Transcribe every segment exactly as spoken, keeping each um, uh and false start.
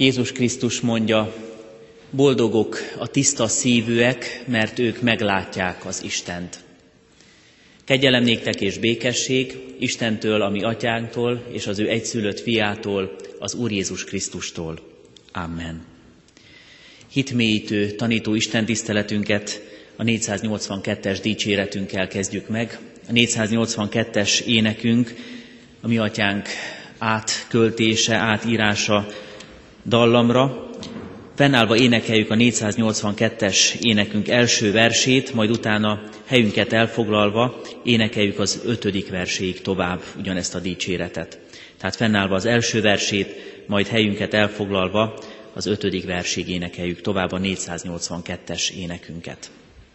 Jézus Krisztus mondja, boldogok a tiszta szívűek, mert ők meglátják az Istent. Kegyelem néktek és békesség Istentől, a mi atyánktól, és az ő egyszülött fiától, az Úr Jézus Krisztustól. Amen. Hitmélyítő, tanító istentiszteletünket a négyszáznyolcvankettes dicséretünkkel kezdjük meg. A négyszáznyolcvankettes énekünk, a mi atyánk átköltése, átírása dallamra. Fennállva énekeljük a négyszáznyolcvankettes énekünk első versét, majd utána helyünket elfoglalva énekeljük az ötödik verséig tovább ugyanezt a dicséretet. Tehát fennállva az első versét, majd helyünket elfoglalva az ötödik versig énekeljük tovább a négyszáznyolcvankettes énekünket.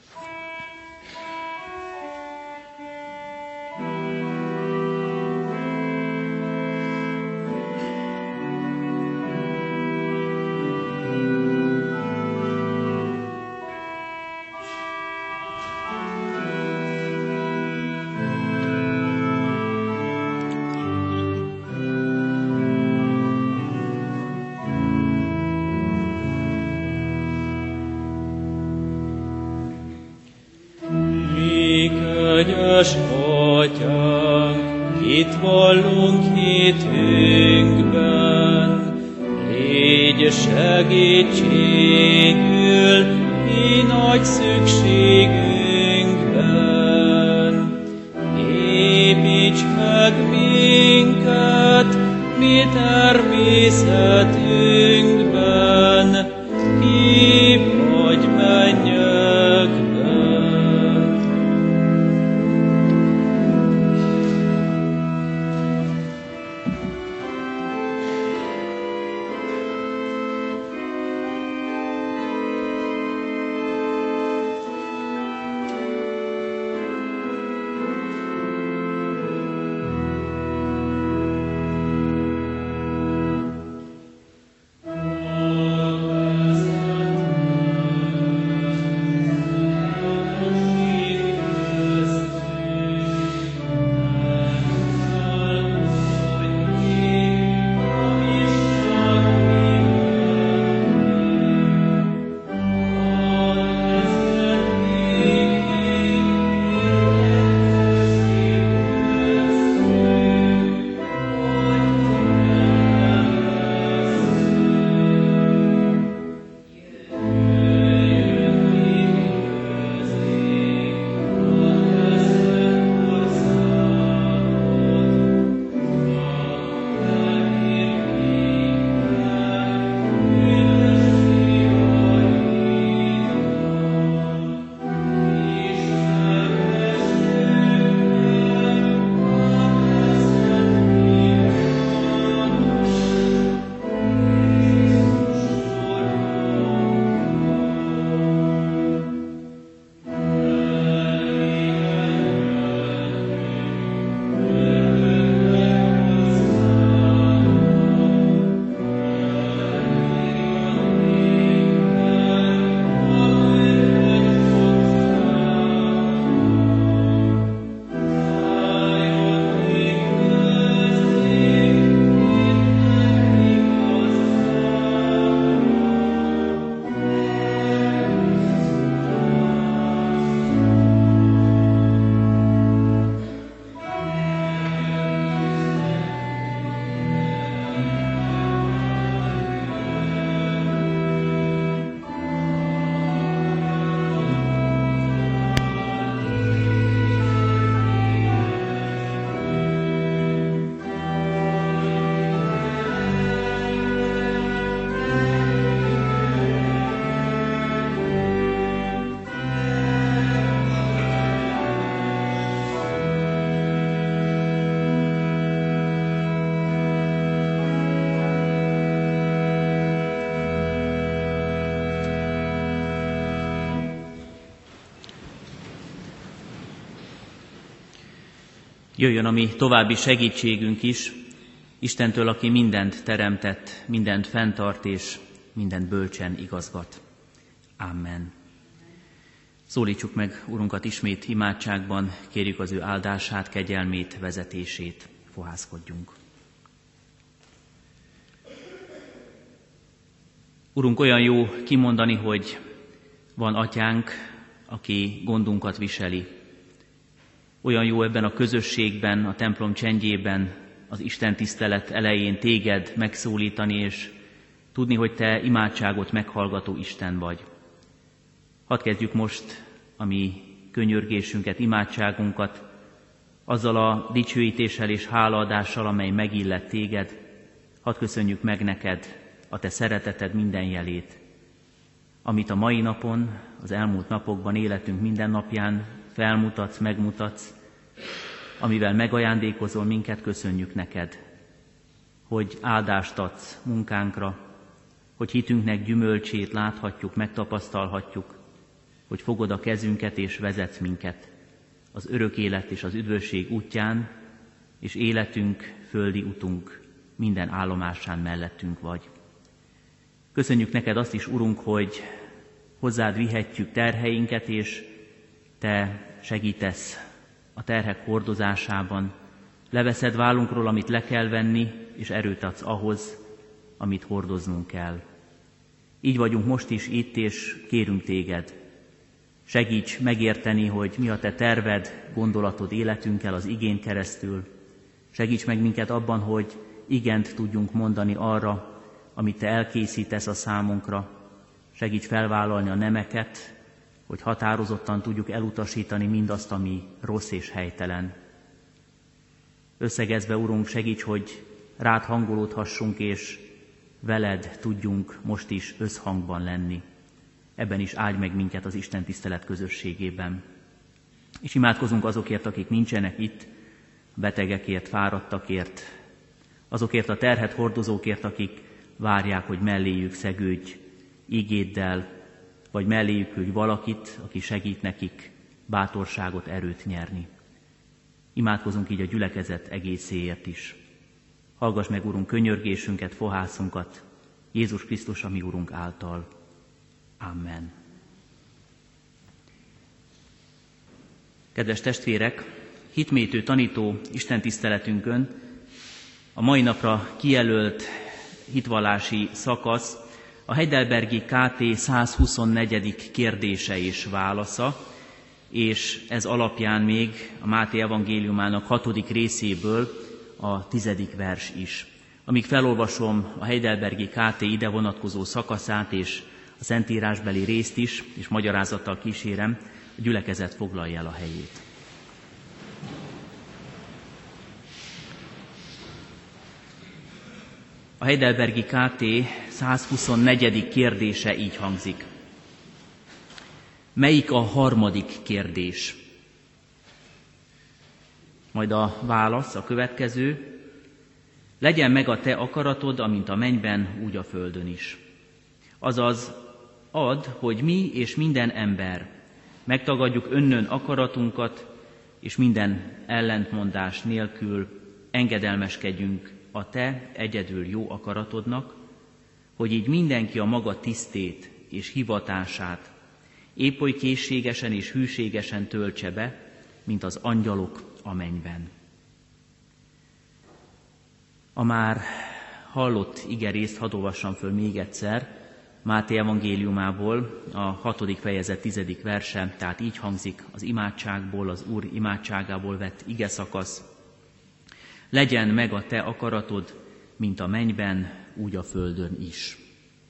Itt vallunk hitünkben, légy segítségül mi nagy szükségünkben. Építs meg minket, mi természetünkben, hívj, hogy mennyekben. Jöjjön a mi további segítségünk is, Istentől, aki mindent teremtett, mindent fenntart és mindent bölcsen igazgat. Amen. Szólítsuk meg Urunkat ismét imádságban, kérjük az ő áldását, kegyelmét, vezetését, fohászkodjunk. Urunk, olyan jó kimondani, hogy van atyánk, aki gondunkat viseli. Olyan jó ebben a közösségben, a templom csendjében, az Isten tisztelet elején téged megszólítani, és tudni, hogy te imádságot meghallgató Isten vagy. Hadd kezdjük most a mi könyörgésünket, imádságunkat azzal a dicsőítéssel és hálaadással, amely megillet téged. Hadd köszönjük meg neked a te szereteted minden jelét, amit a mai napon, az elmúlt napokban, életünk minden napján felmutatsz, megmutatsz, amivel megajándékozol minket, köszönjük neked, hogy áldást adsz munkánkra, hogy hitünknek gyümölcsét láthatjuk, megtapasztalhatjuk, hogy fogod a kezünket és vezetsz minket az örök élet és az üdvösség útján, és életünk, földi utunk minden állomásán mellettünk vagy. Köszönjük neked azt is, Urunk, hogy hozzád vihetjük terheinket, és te segítesz a terhek hordozásában. Leveszed vállunkról, amit le kell venni, és erőt adsz ahhoz, amit hordoznunk kell. Így vagyunk most is itt, és kérünk téged. Segíts megérteni, hogy mi a te terved, gondolatod életünkkel az igén keresztül. Segíts meg minket abban, hogy igent tudjunk mondani arra, amit te elkészítesz a számunkra. Segíts felvállalni a nemeket, hogy határozottan tudjuk elutasítani mindazt, ami rossz és helytelen. Összegezve, Urunk, segíts, hogy rád hangolódhassunk, és veled tudjunk most is összhangban lenni. Ebben is áldj meg minket az Isten tisztelet közösségében. És imádkozunk azokért, akik nincsenek itt, betegekért, fáradtakért, azokért a terhet hordozókért, akik várják, hogy melléjük szegődj ígéddel, vagy melléjük küldj valakit, aki segít nekik bátorságot, erőt nyerni. Imádkozunk így a gyülekezet egészéért is. Hallgass meg, Urunk, könyörgésünket, fohászunkat, Jézus Krisztus, a mi Urunk által. Amen. Kedves testvérek, hitmétő tanító istentiszteletünkön a mai napra kijelölt hitvallási szakasz a Heidelbergi ká té százhuszonnegyedik kérdése és válasza, és ez alapján még a Máté evangéliumának hatodik részéből a tizedik vers is. Amíg felolvasom a Heidelbergi ká té ide vonatkozó szakaszát és a szentírásbeli részt is, és magyarázattal kísérem, a gyülekezet foglalja el a helyét. A Heidelbergi ká té százhuszonnegyedik kérdése így hangzik. Melyik a harmadik kérdés? Majd a válasz a következő. Legyen meg a te akaratod, amint a mennyben, úgy a földön is. Azaz, add, hogy mi és minden ember megtagadjuk önnön akaratunkat, és minden ellentmondás nélkül engedelmeskedjünk a te egyedül jó akaratodnak, hogy így mindenki a maga tisztét és hivatását épp oly készségesen és hűségesen töltse be, mint az angyalok a mennyben. A már hallott igerészt hadd olvassam föl még egyszer, Máté evangéliumából, a hatodik fejezet tizedik verse, tehát így hangzik az imádságból, az Úr imádságából vett igeszakasz. Legyen meg a te akaratod, mint a mennyben, úgy a földön is.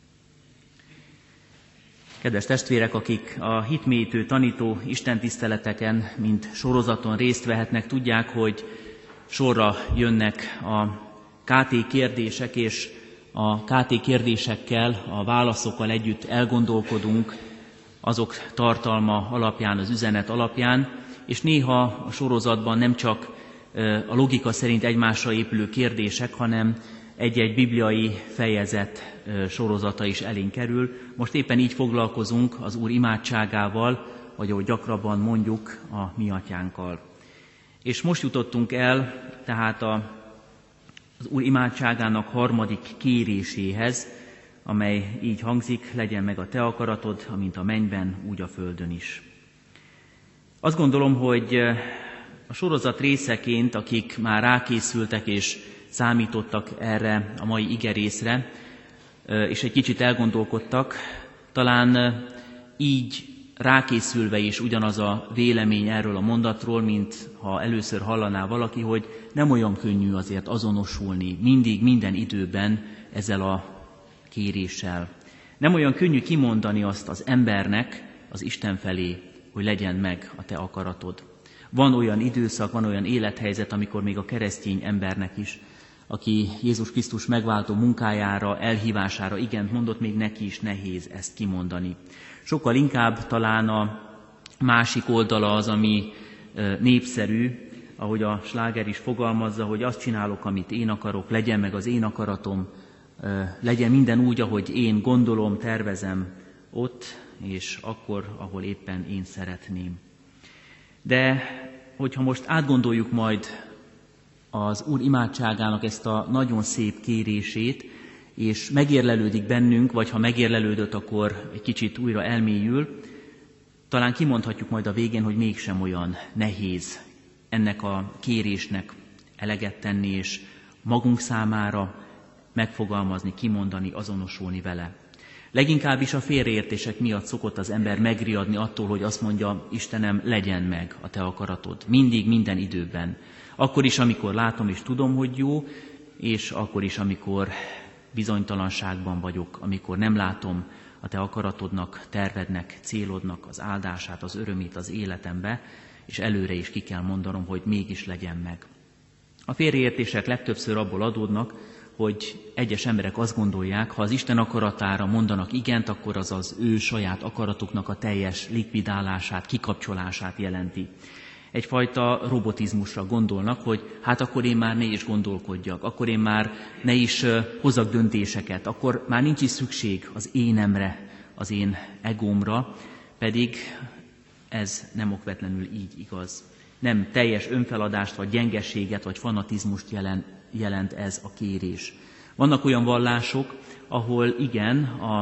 Kedves testvérek, akik a hitmélyítő tanító istentiszteleteken, mint sorozaton részt vehetnek, tudják, hogy sorra jönnek a ká té kérdések, és a ká té kérdésekkel, a válaszokkal együtt elgondolkodunk azok tartalma alapján, az üzenet alapján, és néha a sorozatban nem csak a logika szerint egymásra épülő kérdések, hanem egy-egy bibliai fejezet sorozata is elénk kerül. Most éppen így foglalkozunk az Úr imádságával, vagy ahogy gyakrabban mondjuk, a mi atyánkkal. És most jutottunk el tehát a, az Úr imádságának harmadik kéréséhez, amely így hangzik, legyen meg a te akaratod, amint a mennyben, úgy a földön is. Azt gondolom, hogy a sorozat részeként, akik már rákészültek és számítottak erre a mai igerészre, és egy kicsit elgondolkodtak, talán így rákészülve is ugyanaz a vélemény erről a mondatról, mint ha először hallaná valaki, hogy nem olyan könnyű azért azonosulni mindig, minden időben ezzel a kéréssel. Nem olyan könnyű kimondani azt az embernek, az Isten felé, hogy legyen meg a te akaratod. Van olyan időszak, van olyan élethelyzet, amikor még a keresztény embernek is, aki Jézus Krisztus megváltó munkájára, elhívására igent mondott, még neki is nehéz ezt kimondani. Sokkal inkább talán a másik oldala az, ami népszerű, ahogy a sláger is fogalmazza, hogy azt csinálok, amit én akarok, legyen meg az én akaratom, legyen minden úgy, ahogy én gondolom, tervezem ott, és akkor, ahol éppen én szeretném. De hogyha most átgondoljuk majd az Úr imádságának ezt a nagyon szép kérését, és megérlelődik bennünk, vagy ha megérlelődött, akkor egy kicsit újra elmélyül, talán kimondhatjuk majd a végén, hogy mégsem olyan nehéz ennek a kérésnek eleget tenni, és magunk számára megfogalmazni, kimondani, azonosulni vele. Leginkább is a félreértések miatt szokott az ember megriadni attól, hogy azt mondja, Istenem, legyen meg a te akaratod. Mindig, minden időben. Akkor is, amikor látom és tudom, hogy jó, és akkor is, amikor bizonytalanságban vagyok, amikor nem látom a te akaratodnak, tervednek, célodnak az áldását, az örömét az életembe, és előre is ki kell mondanom, hogy mégis legyen meg. A félreértések legtöbbször abból adódnak, hogy egyes emberek azt gondolják, ha az Isten akaratára mondanak igent, akkor az az ő saját akaratuknak a teljes likvidálását, kikapcsolását jelenti. Egyfajta robotizmusra gondolnak, hogy hát akkor én már ne is gondolkodjak, akkor én már ne is hozzak döntéseket, akkor már nincs is szükség az énemre, az én egómra, pedig ez nem okvetlenül így igaz. Nem teljes önfeladást, vagy gyengeséget, vagy fanatizmust jelent, jelent ez a kérés. Vannak olyan vallások, ahol igen, a,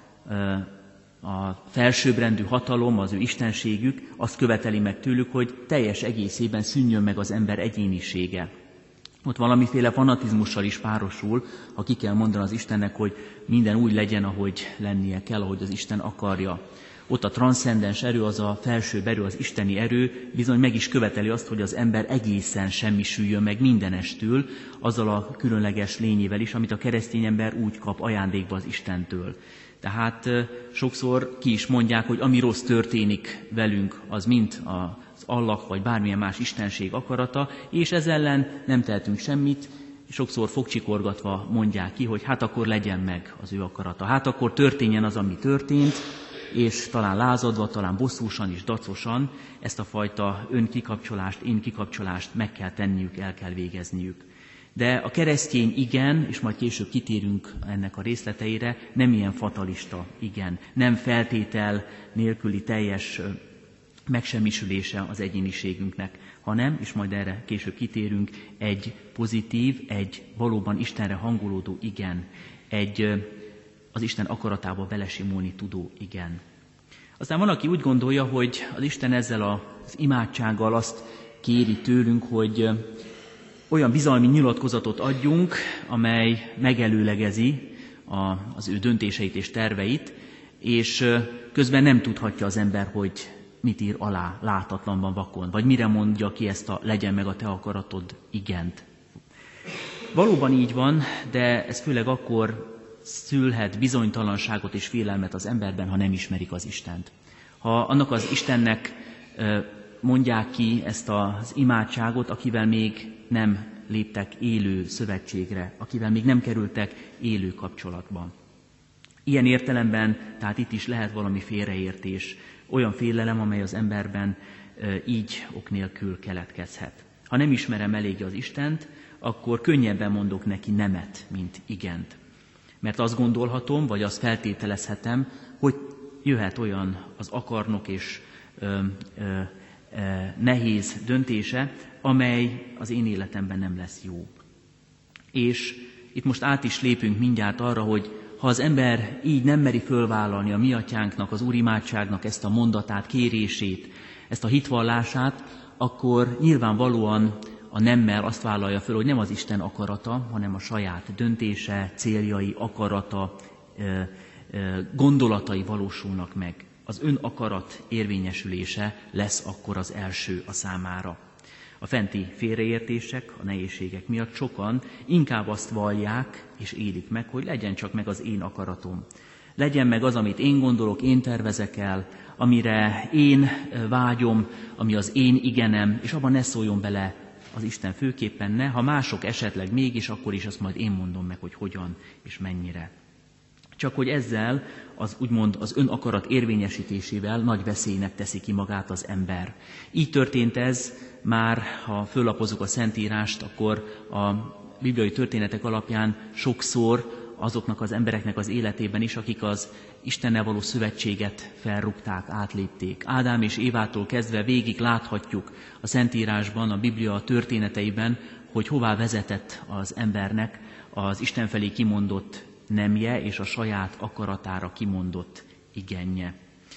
a felsőbbrendű hatalom, az ő istenségük azt követeli meg tőlük, hogy teljes egészében szűnjön meg az ember egyénisége. Ott valamiféle fanatizmussal is párosul, ha ki kell mondani az Istennek, hogy minden úgy legyen, ahogy lennie kell, ahogy az Isten akarja. Ott a transzcendens erő, az a felsőbb erő, az isteni erő bizony meg is követeli azt, hogy az ember egészen semmisüljön meg mindenestül, azzal a különleges lényével is, amit a keresztény ember úgy kap ajándékba az Istentől. Tehát sokszor ki is mondják, hogy ami rossz történik velünk, az mind az Allah vagy bármilyen más istenség akarata, és ez ellen nem tehetünk semmit, sokszor fogcsikorgatva mondják ki, hogy hát akkor legyen meg az ő akarata. Hát akkor történjen az, ami történt, és talán lázadva, talán bosszúsan és dacosan ezt a fajta önkikapcsolást, én kikapcsolást meg kell tenniük, el kell végezniük. De a keresztény igen, és majd később kitérünk ennek a részleteire, nem ilyen fatalista igen, nem feltétel nélküli teljes megsemmisülése az egyéniségünknek, hanem, és majd erre később kitérünk, egy pozitív, egy valóban Istenre hangolódó igen, egy az Isten akaratába belesimulni tudó igen. Aztán van, aki úgy gondolja, hogy az Isten ezzel az imádsággal azt kéri tőlünk, hogy olyan bizalmi nyilatkozatot adjunk, amely megelőlegezi az ő döntéseit és terveit, és közben nem tudhatja az ember, hogy mit ír alá látatlanban vakon, vagy mire mondja ki ezt a legyen meg a te akaratod igent. Valóban így van, de ez főleg akkor szülhet bizonytalanságot és félelmet az emberben, ha nem ismerik az Istent. Ha annak az Istennek mondják ki ezt az imádságot, akivel még nem léptek élő szövetségre, akivel még nem kerültek élő kapcsolatba. Ilyen értelemben, tehát itt is lehet valami félreértés, olyan félelem, amely az emberben így ok nélkül keletkezhet. Ha nem ismerem eléggé az Istent, akkor könnyebben mondok neki nemet, mint igent. Mert azt gondolhatom, vagy azt feltételezhetem, hogy jöhet olyan az akarnok és ö, ö, ö, nehéz döntése, amely az én életemben nem lesz jó. És itt most át is lépünk mindjárt arra, hogy ha az ember így nem meri fölvállalni a mi atyánknak, az úrimádságnak ezt a mondatát, kérését, ezt a hitvallását, akkor nyilvánvalóan a nemmel azt vállalja föl, hogy nem az Isten akarata, hanem a saját döntése, céljai, akarata, gondolatai valósulnak meg. Az ön akarat érvényesülése lesz akkor az első a számára. A fenti félreértések, a nehézségek miatt sokan inkább azt vallják és élik meg, hogy legyen csak meg az én akaratom. Legyen meg az, amit én gondolok, én tervezek el, amire én vágyom, ami az én igenem, és abban ne szóljon bele az Isten főképpen, ne, ha mások esetleg mégis, akkor is azt majd én mondom meg, hogy hogyan és mennyire. Csak hogy ezzel az úgymond az ön akarat érvényesítésével nagy veszélynek teszi ki magát az ember. Így történt ez már, ha föllapozzuk a Szentírást, akkor a bibliai történetek alapján sokszor azoknak az embereknek az életében is, akik az Istennel való szövetséget felrúgták, átlépték. Ádám és Évától kezdve végig láthatjuk a Szentírásban, a Biblia történeteiben, hogy hová vezetett az embernek az Isten felé kimondott nemje és a saját akaratára kimondott igenje.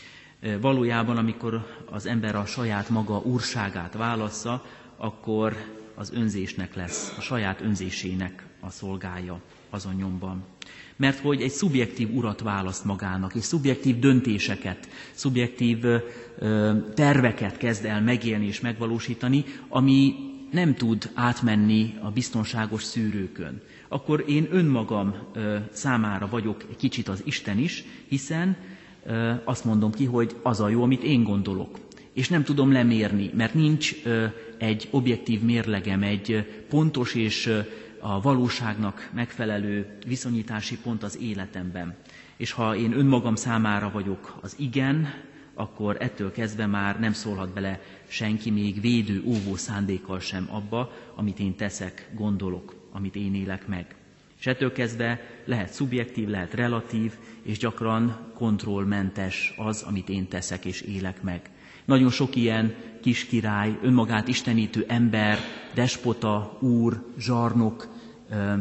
Valójában, amikor az ember a saját maga úrságát válassza, akkor az önzésnek lesz, a saját önzésének a szolgája azon nyomban. Mert hogy egy szubjektív urat választ magának, és szubjektív döntéseket, szubjektív ö, terveket kezd el megélni és megvalósítani, ami nem tud átmenni a biztonságos szűrőkön. Akkor én önmagam ö, számára vagyok egy kicsit az Isten is, hiszen ö, azt mondom ki, hogy az a jó, amit én gondolok. És nem tudom lemérni, mert nincs ö, egy objektív mérlegem, egy pontos és ö, a valóságnak megfelelő viszonyítási pont az életemben. És ha én önmagam számára vagyok az igen, akkor ettől kezdve már nem szólhat bele senki, még védő, óvó szándékkal sem abba, amit én teszek, gondolok, amit én élek meg. És ettől kezdve lehet szubjektív, lehet relatív, és gyakran kontrollmentes az, amit én teszek és élek meg. Nagyon sok ilyen kis király, önmagát istenítő ember, despota, úr, zsarnok ö,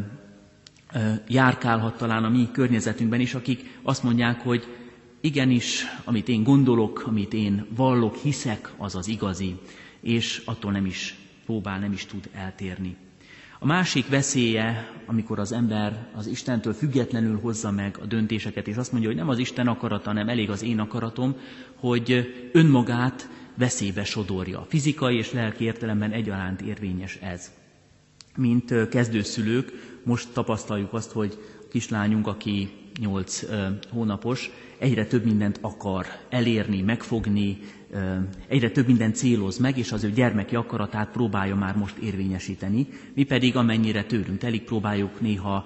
ö, járkálhat talán a mi környezetünkben is, akik azt mondják, hogy igenis, amit én gondolok, amit én vallok, hiszek, az az igazi, és attól nem is próbál, nem is tud eltérni. A másik veszélye, amikor az ember az Istentől függetlenül hozza meg a döntéseket, és azt mondja, hogy nem az Isten akarata, nem elég az én akaratom, hogy önmagát veszélybe sodorja. Fizikai és lelki értelemben egyaránt érvényes ez. Mint kezdőszülők, most tapasztaljuk azt, hogy a kislányunk, aki nyolc hónapos, egyre több mindent akar elérni, megfogni, egyre több mindent céloz meg, és az ő gyermeki akaratát próbálja már most érvényesíteni. Mi pedig amennyire tőlünk telik, próbáljuk néha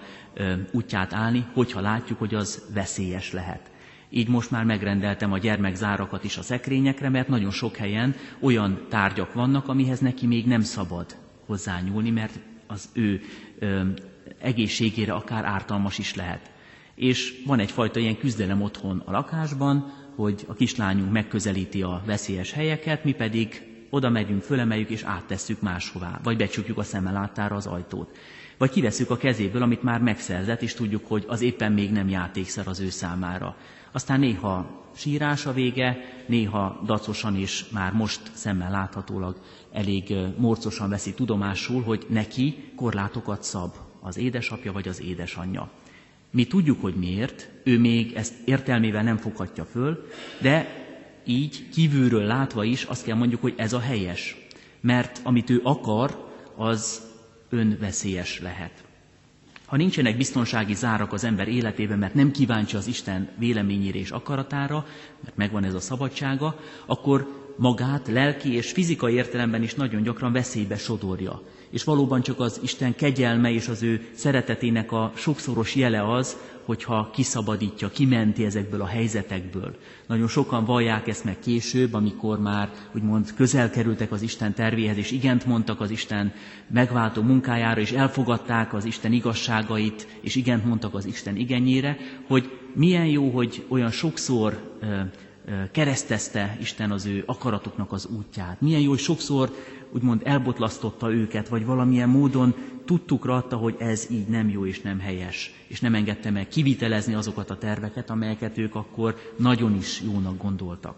útját állni, hogyha látjuk, hogy az veszélyes lehet. Így most már megrendeltem a gyermekzárakat is a szekrényekre, mert nagyon sok helyen olyan tárgyak vannak, amihez neki még nem szabad hozzányúlni, mert az ő ö, egészségére akár ártalmas is lehet. És van egyfajta ilyen küzdelem otthon a lakásban, hogy a kislányunk megközelíti a veszélyes helyeket, mi pedig oda megyünk, fölemeljük és áttesszük máshová, vagy becsukjuk a szeme láttára az ajtót. Vagy kivesszük a kezéből, amit már megszerzett, és tudjuk, hogy az éppen még nem játékszer az ő számára. Aztán néha sírás a vége, néha dacosan és már most szemmel láthatólag elég morcosan veszi tudomásul, hogy neki korlátokat szab az édesapja vagy az édesanyja. Mi tudjuk, hogy miért, ő még ezt értelmével nem foghatja föl, de így kívülről látva is azt kell mondjuk, hogy ez a helyes. Mert amit ő akar, az önveszélyes lehet. Ha nincsenek biztonsági zárak az ember életében, mert nem kíváncsi az Isten véleményére és akaratára, mert megvan ez a szabadsága, akkor magát lelki és fizikai értelemben is nagyon gyakran veszélybe sodorja. És valóban csak az Isten kegyelme és az ő szeretetének a sokszoros jele az, hogyha kiszabadítja, kimenti ezekből a helyzetekből. Nagyon sokan vallják ezt meg később, amikor már úgymond közel kerültek az Isten tervéhez, és igent mondtak az Isten megváltó munkájára, és elfogadták az Isten igazságait, és igent mondtak az Isten igenjére, hogy milyen jó, hogy olyan sokszor ö, ö, keresztezte Isten az ő akaratoknak az útját. Milyen jó, hogy sokszor úgymond elbotlasztotta őket, vagy valamilyen módon tudtukra adta, hogy ez így nem jó és nem helyes, és nem engedte meg kivitelezni azokat a terveket, amelyeket ők akkor nagyon is jónak gondoltak.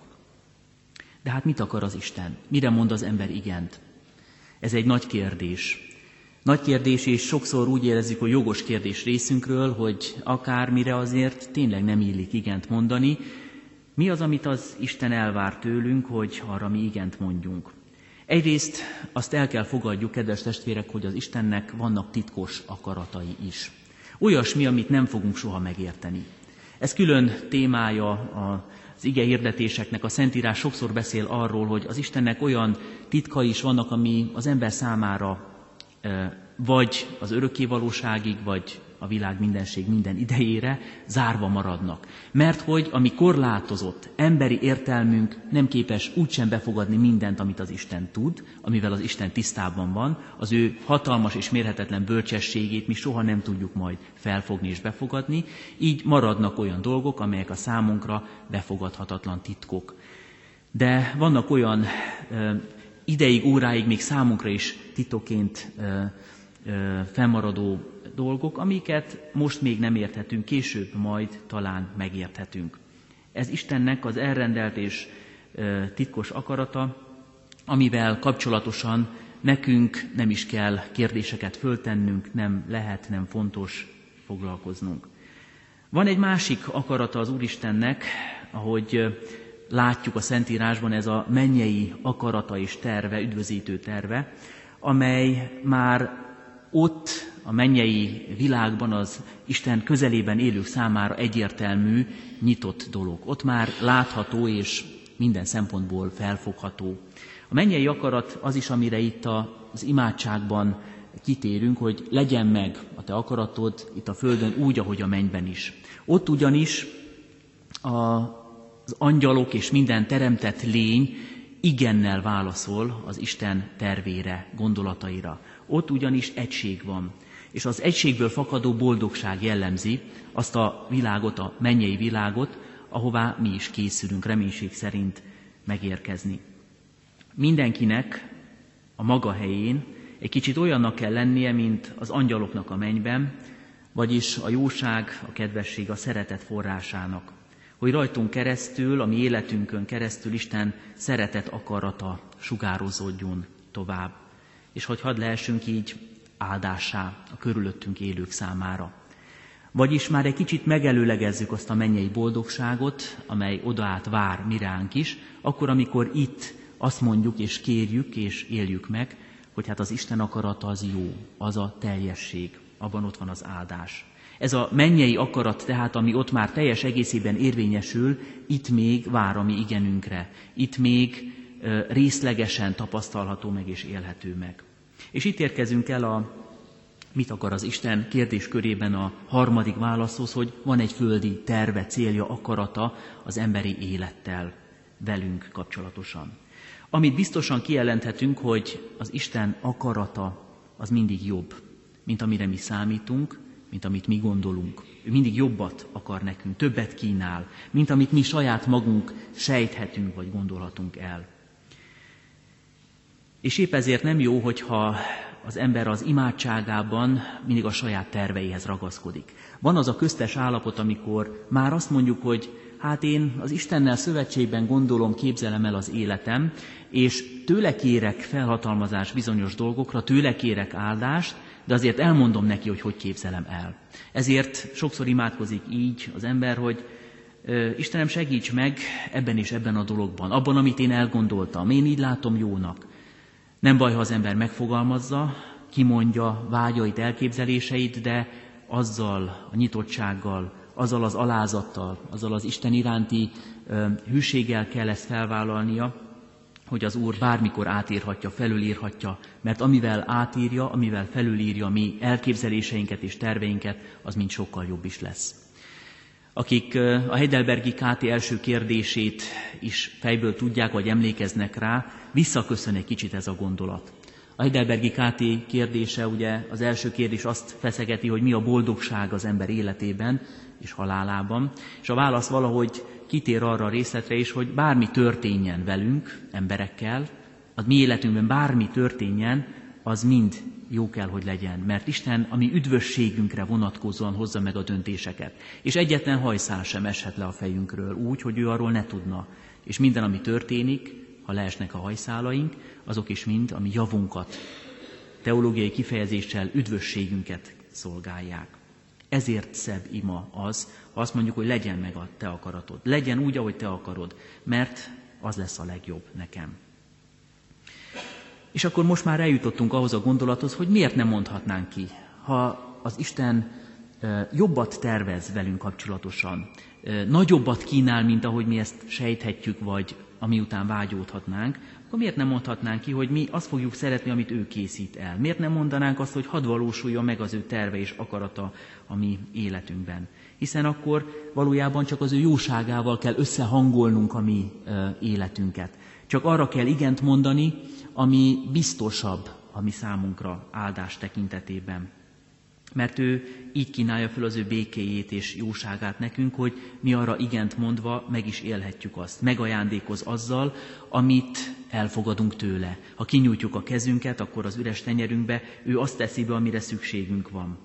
De hát mit akar az Isten? Mire mond az ember igent? Ez egy nagy kérdés. Nagy kérdés, és sokszor úgy érezzük, hogy jogos kérdés részünkről, hogy akármire azért tényleg nem illik igent mondani. Mi az, amit az Isten elvár tőlünk, hogy arra mi igent mondjunk? Egyrészt azt el kell fogadjuk, kedves testvérek, hogy az Istennek vannak titkos akaratai is. Olyasmi, amit nem fogunk soha megérteni. Ez külön témája az ige hirdetéseknek. A Szentírás sokszor beszél arról, hogy az Istennek olyan titkai is vannak, ami az ember számára vagy az örökké valóságig, vagy a világ mindenség minden idejére zárva maradnak. Mert hogy a mi korlátozott emberi értelmünk nem képes úgysem befogadni mindent, amit az Isten tud, amivel az Isten tisztában van, az ő hatalmas és mérhetetlen bölcsességét mi soha nem tudjuk majd felfogni és befogadni, így maradnak olyan dolgok, amelyek a számunkra befogadhatatlan titkok. De vannak olyan ö, ideig, óráig még számunkra is titokként ö, ö, fennmaradó dolgok, amiket most még nem érthetünk, később majd talán megérthetünk. Ez Istennek az elrendelt és ö, titkos akarata, amivel kapcsolatosan nekünk nem is kell kérdéseket föltennünk, nem lehet, nem fontos foglalkoznunk. Van egy másik akarata az Úristennek, ahogy ö, látjuk a Szentírásban, ez a mennyei akarata és terve, üdvözítő terve, amely már ott a mennyei világban az Isten közelében élők számára egyértelmű, nyitott dolog. Ott már látható és minden szempontból felfogható. A mennyei akarat az is, amire itt az imádságban kitérünk, hogy legyen meg a te akaratod itt a földön úgy, ahogy a mennyben is. Ott ugyanis a az angyalok és minden teremtett lény igennel válaszol az Isten tervére, gondolataira. Ott ugyanis egység van, és az egységből fakadó boldogság jellemzi azt a világot, a mennyei világot, ahová mi is készülünk reménység szerint megérkezni. Mindenkinek a maga helyén egy kicsit olyannak kell lennie, mint az angyaloknak a mennyben, vagyis a jóság, a kedvesség, a szeretet forrásának. Hogy rajtunk keresztül, a mi életünkön keresztül Isten szeretet akarata sugározódjon tovább. És hogy hadd lehessünk így áldássá a körülöttünk élők számára. Vagyis már egy kicsit megelőlegezzük azt a mennyei boldogságot, amely odaát vár mi ránk is, akkor, amikor itt azt mondjuk és kérjük és éljük meg, hogy hát az Isten akarata az jó, az a teljesség, abban ott van az áldás. Ez a mennyei akarat tehát, ami ott már teljes egészében érvényesül, itt még vár a mi igenünkre, itt még ö, részlegesen tapasztalható meg és élhető meg. És itt érkezünk el a mit akar az Isten kérdéskörében a harmadik válaszhoz, hogy van egy földi terve, célja, akarata az emberi élettel velünk kapcsolatosan. Amit biztosan kijelenthetünk, hogy az Isten akarata az mindig jobb, mint amire mi számítunk, mint amit mi gondolunk. Ő mindig jobbat akar nekünk, többet kínál, mint amit mi saját magunk sejthetünk vagy gondolhatunk el. És épp ezért nem jó, hogyha az ember az imádságában mindig a saját terveihez ragaszkodik. Van az a köztes állapot, amikor már azt mondjuk, hogy hát én az Istennel szövetségben gondolom, képzelem el az életem, és tőle kérek felhatalmazás bizonyos dolgokra, tőle kérek áldást, de azért elmondom neki, hogy hogy képzelem el. Ezért sokszor imádkozik így az ember, hogy Istenem, segíts meg ebben és ebben a dologban, abban, amit én elgondoltam, én így látom jónak. Nem baj, ha az ember megfogalmazza, kimondja vágyait, elképzeléseit, de azzal a nyitottsággal, azzal az alázattal, azzal az Isten iránti ö, hűséggel kell ezt felvállalnia, hogy az Úr bármikor átírhatja, felülírhatja, mert amivel átírja, amivel felülírja mi elképzeléseinket és terveinket, az mind sokkal jobb is lesz. Akik a Heidelbergi ká té első kérdését is fejből tudják, vagy emlékeznek rá, visszaköszön egy kicsit ez a gondolat. A Heidelbergi ká té kérdése, ugye az első kérdés azt feszegeti, hogy mi a boldogság az ember életében és halálában, és a válasz valahogy kitér arra a részletre is, hogy bármi történjen velünk, emberekkel, a mi életünkben bármi történjen, az mind jó kell, hogy legyen, mert Isten a mi üdvösségünkre vonatkozóan hozza meg a döntéseket. És egyetlen hajszál sem eshet le a fejünkről úgy, hogy ő arról ne tudna. És minden, ami történik, ha leesnek a hajszálaink, azok is mind a mi javunkat teológiai kifejezéssel üdvösségünket szolgálják. Ezért szebb ima az, ha azt mondjuk, hogy legyen meg a te akaratod. Legyen úgy, ahogy te akarod, mert az lesz a legjobb nekem. És akkor most már eljutottunk ahhoz a gondolathoz, hogy miért nem mondhatnánk ki, ha az Isten jobbat tervez velünk kapcsolatosan, nagyobbat kínál, mint ahogy mi ezt sejthetjük, vagy ami után vágyódhatnánk, akkor miért nem mondhatnánk ki, hogy mi azt fogjuk szeretni, amit ő készít el? Miért nem mondanánk azt, hogy hadd valósuljon meg az ő terve és akarata a mi életünkben? Hiszen akkor valójában csak az ő jóságával kell összehangolnunk a mi életünket. Csak arra kell igent mondani, ami biztosabb a mi számunkra áldás tekintetében. Mert ő így kínálja föl az ő békéjét és jóságát nekünk, hogy mi arra igent mondva meg is élhetjük azt. Megajándékoz azzal, amit elfogadunk tőle. Ha kinyújtjuk a kezünket, akkor az üres tenyerünkbe ő azt teszi be, amire szükségünk van.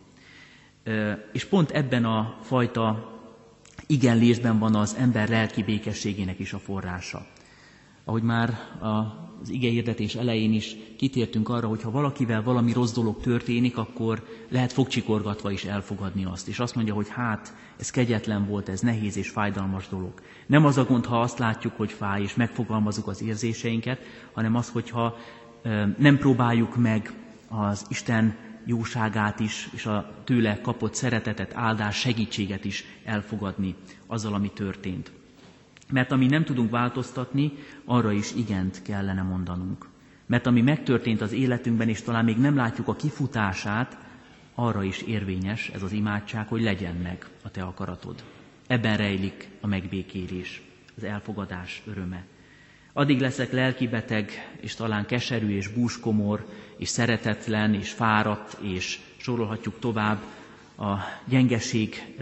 És pont ebben a fajta igenlésben van az ember lelki békességének is a forrása. Ahogy már az igehirdetés elején is kitértünk arra, hogy ha valakivel valami rossz dolog történik, akkor lehet fogcsikorgatva is elfogadni azt. És azt mondja, hogy hát, ez kegyetlen volt, ez nehéz és fájdalmas dolog. Nem az a gond, ha azt látjuk, hogy fáj, és megfogalmazunk az érzéseinket, hanem az, hogyha nem próbáljuk meg az Isten jóságát is, és a tőle kapott szeretetet, áldás, segítséget is elfogadni azzal, ami történt. Mert ami nem tudunk változtatni, arra is igent kellene mondanunk. Mert ami megtörtént az életünkben, és talán még nem látjuk a kifutását, arra is érvényes ez az imádság, hogy legyen meg a te akaratod. Ebben rejlik a megbékélés, az elfogadás öröme. Addig leszek lelkibeteg, és talán keserű, és búskomor, és szeretetlen, és fáradt, és sorolhatjuk tovább a gyengeség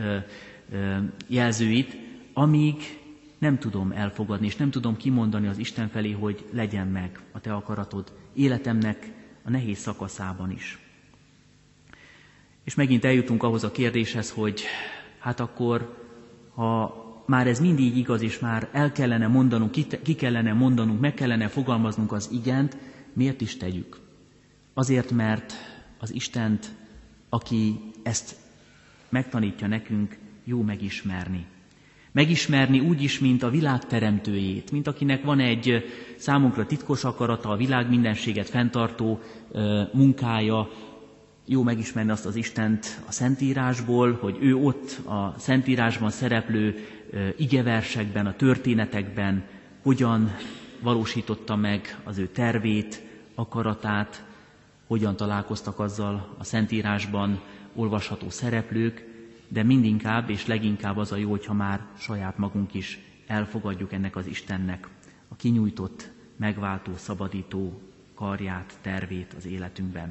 jelzőit, amíg nem tudom elfogadni, és nem tudom kimondani az Isten felé, hogy legyen meg a te akaratod életemnek a nehéz szakaszában is. És megint eljutunk ahhoz a kérdéshez, hogy hát akkor, ha már ez mindig igaz, és már el kellene mondanunk, ki kellene mondanunk, meg kellene fogalmaznunk az igent, miért is tegyük? Azért, mert az Istent, aki ezt megtanítja nekünk, jó megismerni. Megismerni úgy is, mint a világ teremtőjét, mint akinek van egy számunkra titkos akarata, a világ mindenséget fenntartó munkája. Jó megismerni azt az Istent a Szentírásból, hogy ő ott a Szentírásban szereplő igeversekben, a történetekben hogyan valósította meg az ő tervét, akaratát, hogyan találkoztak azzal a Szentírásban olvasható szereplők, de mindinkább és leginkább az a jó, hogyha már saját magunk is elfogadjuk ennek az Istennek a kinyújtott, megváltó, szabadító karját, tervét az életünkben.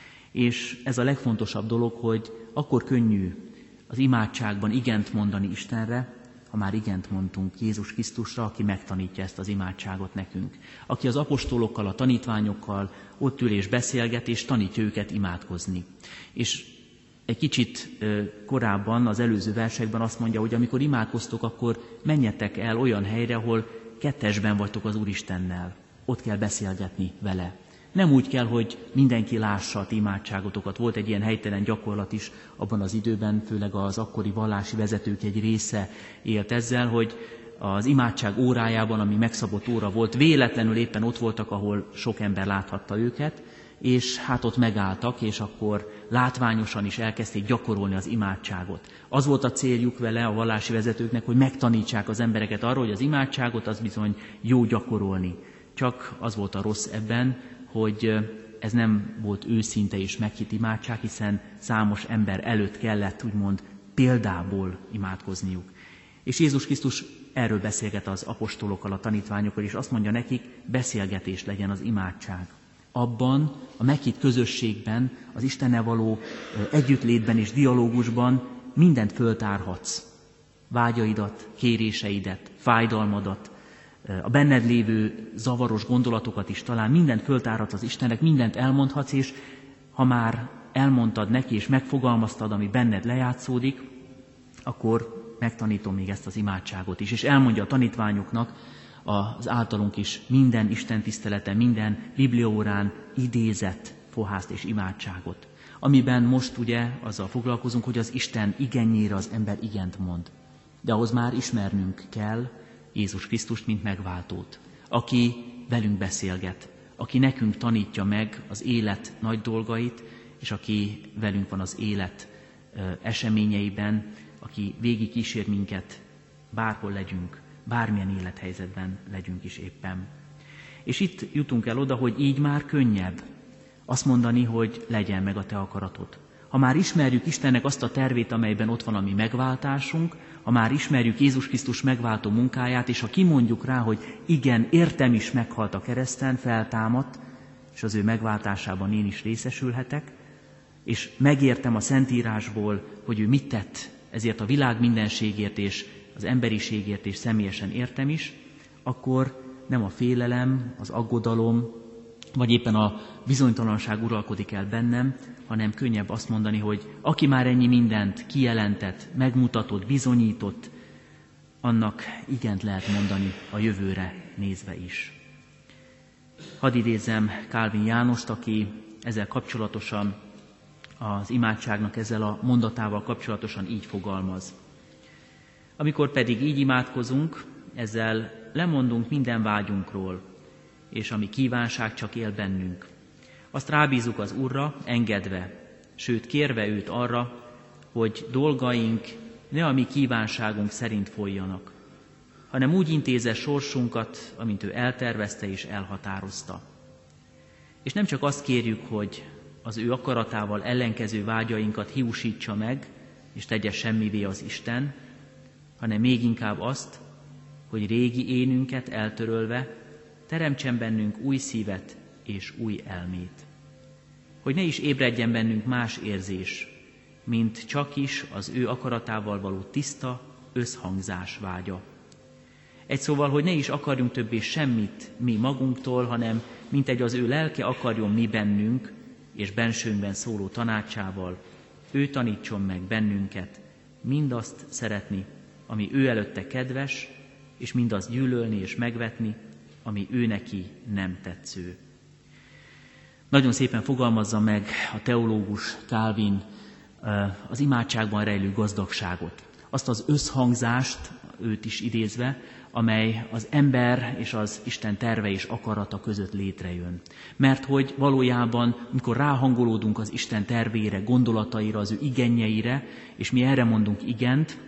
És ez a legfontosabb dolog, hogy akkor könnyű az imádságban igent mondani Istenre, ha már igent mondtunk Jézus Krisztusra, aki megtanítja ezt az imádságot nekünk. Aki az apostolokkal, a tanítványokkal ott ül és beszélget, és tanítja őket imádkozni. És egy kicsit korábban, az előző versekben azt mondja, hogy amikor imádkoztok, akkor menjetek el olyan helyre, ahol kettesben vagytok az Úristennel. Ott kell beszélgetni vele. Nem úgy kell, hogy mindenki lássa a ti imádságotokat. Volt egy ilyen helytelen gyakorlat is abban az időben, főleg az akkori vallási vezetők egy része élt ezzel, hogy az imádság órájában, ami megszabott óra volt, véletlenül éppen ott voltak, ahol sok ember láthatta őket, és hát ott megálltak, és akkor látványosan is elkezdték gyakorolni az imádságot. Az volt a céljuk vele, a vallási vezetőknek, hogy megtanítsák az embereket arról, hogy az imádságot az bizony jó gyakorolni. Csak az volt a rossz ebben, hogy ez nem volt őszinte és meghitt imádság, hiszen számos ember előtt kellett úgymond példából imádkozniuk. És Jézus Krisztus erről beszélget az apostolokkal, a tanítványokkal, és azt mondja nekik, beszélgetés legyen az imádság. Abban, a meghitt közösségben, az Istennel való együttlétben és dialógusban mindent föltárhatsz. Vágyaidat, kéréseidet, fájdalmadat, a benned lévő zavaros gondolatokat is talán mindent föltárhatsz az Istennek, mindent elmondhatsz, és ha már elmondtad neki, és megfogalmaztad, ami benned lejátszódik, akkor megtanítom még ezt az imádságot is. És elmondja a tanítványoknak az általunk is minden Isten tiszteleten, minden bibliaórán idézett fohászt és imádságot, amiben most ugye azzal foglalkozunk, hogy az Isten igenjére az ember igent mond. De ahhoz már ismernünk kell Jézus Krisztust, mint megváltót, aki velünk beszélget, aki nekünk tanítja meg az élet nagy dolgait, és aki velünk van az élet eseményeiben, aki végig kísér minket, bárhol legyünk, bármilyen élethelyzetben legyünk is éppen. És itt jutunk el oda, hogy így már könnyebb azt mondani, hogy legyen meg a te akaratod. Ha már ismerjük Istennek azt a tervét, amelyben ott van a mi megváltásunk, ha már ismerjük Jézus Krisztus megváltó munkáját, és ha kimondjuk rá, hogy igen, értem is, meghalt a kereszten, feltámadt, és az ő megváltásában én is részesülhetek, és megértem a Szentírásból, hogy ő mit tett ezért a világ mindenségért és az emberiségért, és személyesen értem is, akkor nem a félelem, az aggodalom, vagy éppen a bizonytalanság uralkodik el bennem, hanem könnyebb azt mondani, hogy aki már ennyi mindent kijelentett, megmutatott, bizonyított, annak igent lehet mondani a jövőre nézve is. Hadd idézzem Kálvin Jánost, aki ezzel kapcsolatosan, az imádságnak ezzel a mondatával kapcsolatosan így fogalmaz. Amikor pedig így imádkozunk, ezzel lemondunk minden vágyunkról, és ami kívánság csak él bennünk. Azt rábízunk az Úrra, engedve, sőt kérve őt arra, hogy dolgaink ne a mi kívánságunk szerint folyjanak, hanem úgy intézze sorsunkat, amint ő eltervezte és elhatározta. És nem csak azt kérjük, hogy az ő akaratával ellenkező vágyainkat hiúsítsa meg, és tegye semmivé az Isten, hanem még inkább azt, hogy régi énünket eltörölve teremtsen bennünk új szívet és új elmét. Hogy ne is ébredjen bennünk más érzés, mint csak is az ő akaratával való tiszta összhangzás vágya. Egy szóval, hogy ne is akarjunk többé semmit mi magunktól, hanem mintegy az ő lelke akarjon mi bennünk, és bensőnkben szóló tanácsával, ő tanítson meg bennünket mindazt szeretni, ami ő előtte kedves, és mindazt gyűlölni és megvetni, ami ő neki nem tetsző. Nagyon szépen fogalmazza meg a teológus Kálvin az imádságban rejlő gazdagságot. Azt az összhangzást, őt is idézve, amely az ember és az Isten terve és akarata között létrejön. Mert hogy valójában, amikor ráhangolódunk az Isten tervére, gondolataira, az ő igenjeire, és mi erre mondunk igent,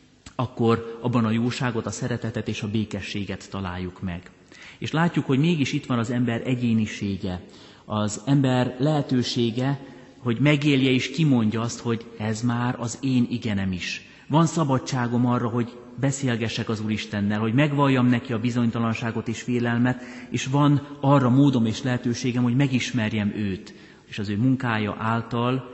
akkor abban a jóságot, a szeretetet és a békességet találjuk meg. És látjuk, hogy mégis itt van az ember egyénisége, az ember lehetősége, hogy megélje és kimondja azt, hogy ez már az én igenem is. Van szabadságom arra, hogy beszélgessek az Úristennel, hogy megvalljam neki a bizonytalanságot és félelmet, és van arra módom és lehetőségem, hogy megismerjem őt, és az ő munkája által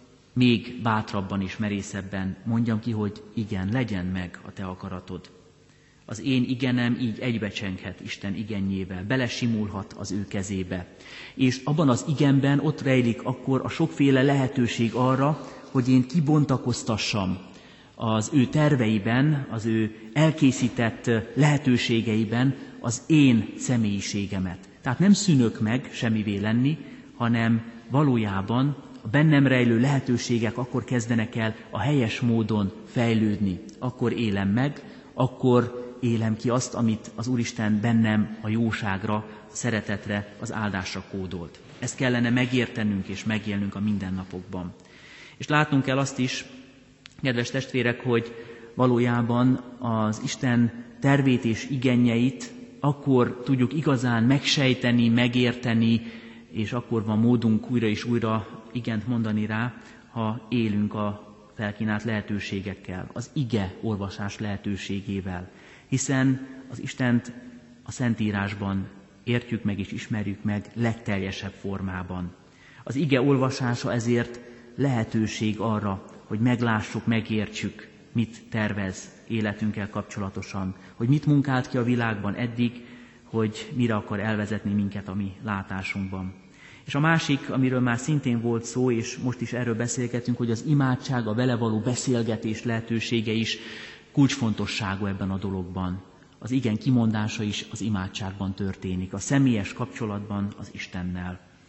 még bátrabban és merészebben mondjam ki, hogy igen, legyen meg a te akaratod. Az én igenem így egybecsenghet Isten igenjével, belesimulhat az ő kezébe. És abban az igenben ott rejlik akkor a sokféle lehetőség arra, hogy én kibontakoztassam az ő terveiben, az ő elkészített lehetőségeiben az én személyiségemet. Tehát nem szűnök meg semmivé lenni, hanem valójában a bennem rejlő lehetőségek akkor kezdenek el a helyes módon fejlődni. Akkor élem meg, akkor élem ki azt, amit az Úristen bennem a jóságra, a szeretetre, az áldásra kódolt. Ezt kellene megértenünk és megélnünk a mindennapokban. És látnunk kell azt is, kedves testvérek, hogy valójában az Isten tervét és igenjeit akkor tudjuk igazán megsejteni, megérteni, és akkor van módunk újra és újra igent mondani rá, ha élünk a felkínált lehetőségekkel, az ige olvasás lehetőségével. Hiszen az Istent a Szentírásban értjük meg és ismerjük meg legteljesebb formában. Az ige olvasása ezért lehetőség arra, hogy meglássuk, megértsük, mit tervez életünkkel kapcsolatosan, hogy mit munkált ki a világban eddig, hogy mire akar elvezetni minket a mi látásunkban. És a másik, amiről már szintén volt szó, és most is erről beszélgetünk, hogy az imádság, a vele való beszélgetés lehetősége is kulcsfontosságú ebben a dologban. Az igen kimondása is az imádságban történik, a személyes kapcsolatban az Istennel.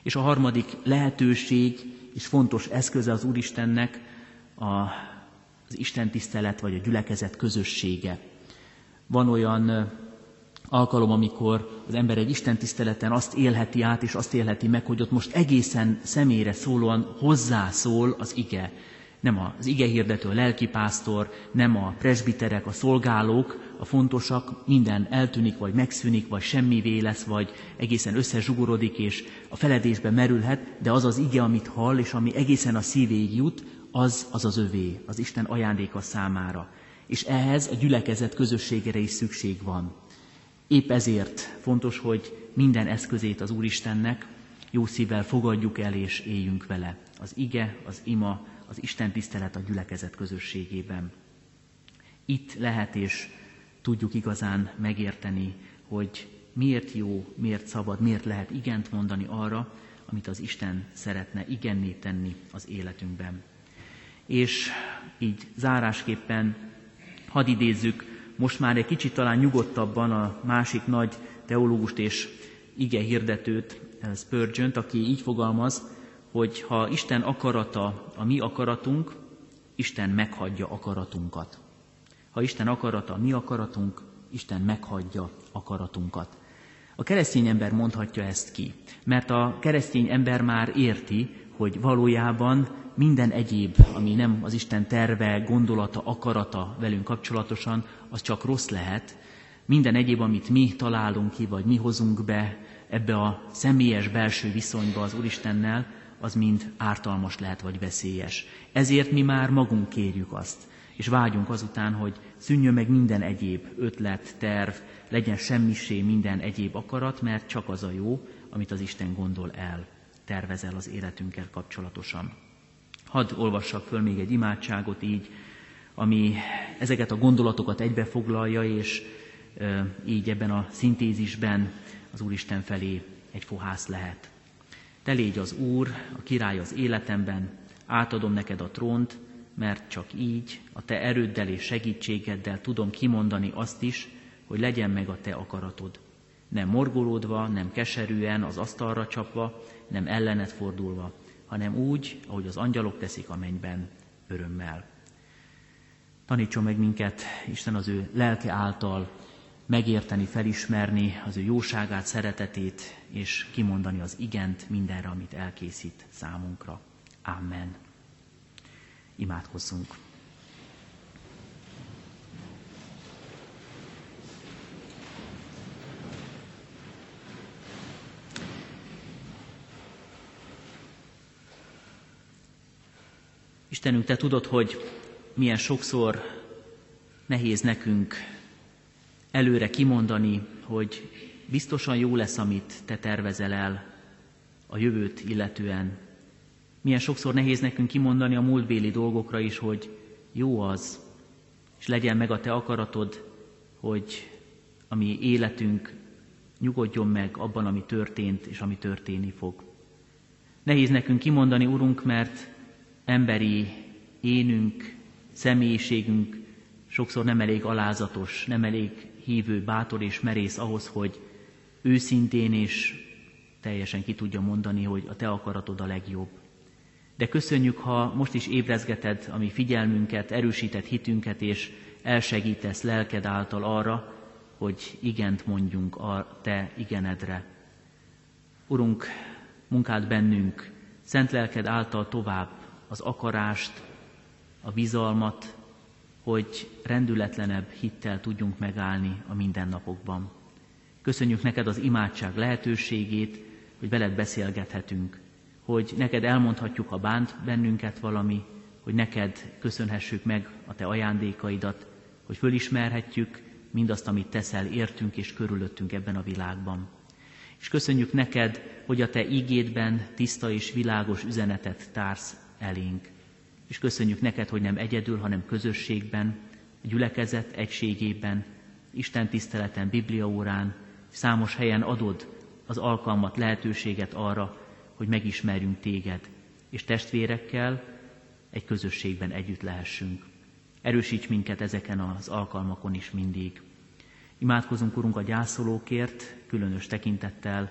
És a harmadik lehetőség és fontos eszköze az Úristennek a, az istentisztelet vagy a gyülekezet közössége. Van olyan alkalom, amikor az ember egy istentiszteleten azt élheti át, és azt élheti meg, hogy ott most egészen személyre szólóan hozzászól az ige. Nem az igehirdető, a lelkipásztor, nem a presbiterek, a szolgálók, a fontosak, minden eltűnik, vagy megszűnik, vagy semmivé lesz, vagy egészen összezsugorodik, és a feledésbe merülhet, de az az ige, amit hall, és ami egészen a szívéig jut, az az az övé, az Isten ajándéka számára. És ehhez a gyülekezet közösségére is szükség van. Épp ezért fontos, hogy minden eszközét az Úristennek jó szívvel fogadjuk el és éljünk vele. Az ige, az ima, az Isten tisztelet a gyülekezet közösségében. Itt lehet és tudjuk igazán megérteni, hogy miért jó, miért szabad, miért lehet igent mondani arra, amit az Isten szeretne igenné tenni az életünkben. És így zárásképpen hadd idézzük most már egy kicsit talán nyugodtabban a másik nagy teológust és ige hirdetőt, Spurgeont, aki így fogalmaz, hogy ha Isten akarata a mi akaratunk, Isten meghagyja akaratunkat. Ha Isten akarata a mi akaratunk, Isten meghagyja akaratunkat. A keresztény ember mondhatja ezt ki, mert a keresztény ember már érti, hogy valójában minden egyéb, ami nem az Isten terve, gondolata, akarata velünk kapcsolatosan, az csak rossz lehet. Minden egyéb, amit mi találunk ki, vagy mi hozunk be ebbe a személyes belső viszonyba az Úristennel, az mind ártalmas lehet, vagy veszélyes. Ezért mi már magunk kérjük azt, és vágyunk azután, hogy szűnjön meg minden egyéb ötlet, terv, legyen semmisé minden egyéb akarat, mert csak az a jó, amit az Isten gondol el, tervezel az életünkkel kapcsolatosan. Hadd olvassak föl még egy imádságot így, ami ezeket a gondolatokat egybefoglalja, és e, így ebben a szintézisben az Úristen felé egy fohász lehet. Te légy az Úr, a király az életemben, átadom neked a trónt, mert csak így, a te erőddel és segítségeddel tudom kimondani azt is, hogy legyen meg a te akaratod. Nem morgolódva, nem keserűen, az asztalra csapva, nem ellened fordulva, hanem úgy, ahogy az angyalok teszik a mennyben, örömmel. Tanítson meg minket Isten az ő lelke által megérteni, felismerni az ő jóságát, szeretetét, és kimondani az igent mindenre, amit elkészít számunkra. Amen. Imádkozzunk. Istenünk, te tudod, hogy milyen sokszor nehéz nekünk előre kimondani, hogy biztosan jó lesz, amit te tervezel el a jövőt illetően. Milyen sokszor nehéz nekünk kimondani a múltbéli dolgokra is, hogy jó az, és legyen meg a te akaratod, hogy a mi életünk nyugodjon meg abban, ami történt, és ami történni fog. Nehéz nekünk kimondani, Urunk, mert emberi énünk, személyiségünk sokszor nem elég alázatos, nem elég hívő, bátor és merész ahhoz, hogy őszintén és teljesen ki tudja mondani, hogy a te akaratod a legjobb. De köszönjük, ha most is ébrezgeted a mi figyelmünket, erősíted hitünket, és elsegítesz lelked által arra, hogy igent mondjunk a te igenedre. Urunk, munkád bennünk, szent lelked által tovább az akarást, a bizalmat, hogy rendületlenebb hittel tudjunk megállni a mindennapokban. Köszönjük neked az imádság lehetőségét, hogy veled beszélgethetünk, hogy neked elmondhatjuk, ha bánt bennünket valami, hogy neked köszönhessük meg a te ajándékaidat, hogy fölismerhetjük mindazt, amit teszel értünk és körülöttünk ebben a világban. És köszönjük neked, hogy a te ígédben tiszta és világos üzenetet társz elénk. És köszönjük neked, hogy nem egyedül, hanem közösségben, a gyülekezet egységében, Isten tiszteleten, bibliaórán, számos helyen adod az alkalmat, lehetőséget arra, hogy megismerjünk téged, és testvérekkel egy közösségben együtt lehessünk. Erősíts minket ezeken az alkalmakon is mindig. Imádkozunk, Urunk, a gyászolókért, különös tekintettel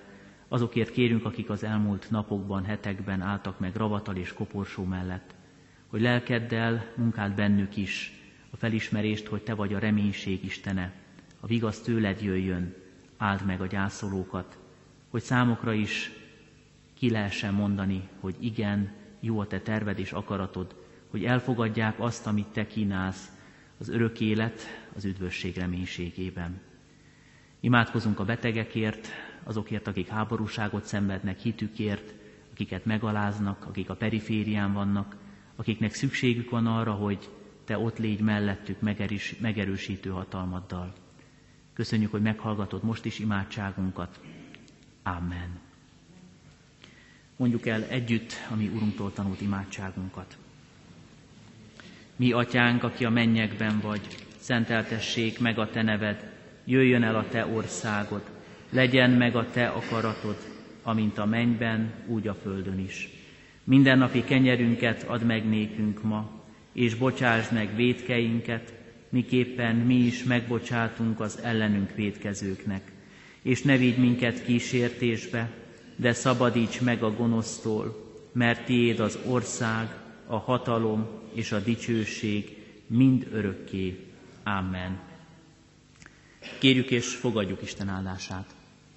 Azokért kérünk, akik az elmúlt napokban, hetekben álltak meg ravatal és koporsó mellett, hogy lelkeddel munkáld bennük is a felismerést, hogy Te vagy a reménység Istene, a vigasz tőled jöjjön, áld meg a gyászolókat, hogy számokra is ki lehessen mondani, hogy igen, jó a Te terved és akaratod, hogy elfogadják azt, amit Te kínálsz, az örök élet, az üdvösség reménységében. Imádkozunk a betegekért, azokért, akik háborúságot szenvednek hitükért, akiket megaláznak, akik a periférián vannak, akiknek szükségük van arra, hogy Te ott légy mellettük megerős, megerősítő hatalmaddal. Köszönjük, hogy meghallgatod most is imádságunkat. Amen. Mondjuk el együtt a mi Urunktól tanult imádságunkat. Mi, Atyánk, aki a mennyekben vagy, szenteltessék meg a Te neved, jöjjön el a Te országod, legyen meg a Te akaratod, amint a mennyben, úgy a földön is. Mindennapi kenyerünket add meg nékünk ma, és bocsásd meg vétkeinket, miképpen mi is megbocsátunk az ellenünk vétkezőknek. És ne vigy minket kísértésbe, de szabadíts meg a gonosztól, mert Tiéd az ország, a hatalom és a dicsőség mind örökké. Amen. Kérjük és fogadjuk Isten áldását.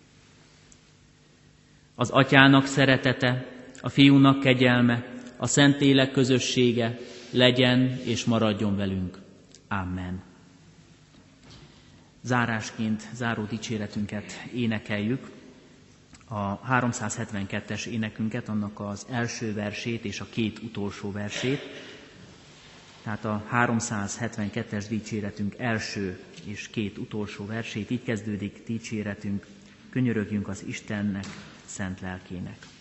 Az Atyának szeretete, a Fiúnak kegyelme, a Szentlélek közössége legyen és maradjon velünk. Amen. Zárásként záró dicséretünket énekeljük, a háromszázhetvenkettes énekünket, annak az első versét és a két utolsó versét. Tehát a háromszázhetvenkettes dicséretünk első és két utolsó versét. Így kezdődik dicséretünk: könyörögjünk az Istennek, szent lelkének.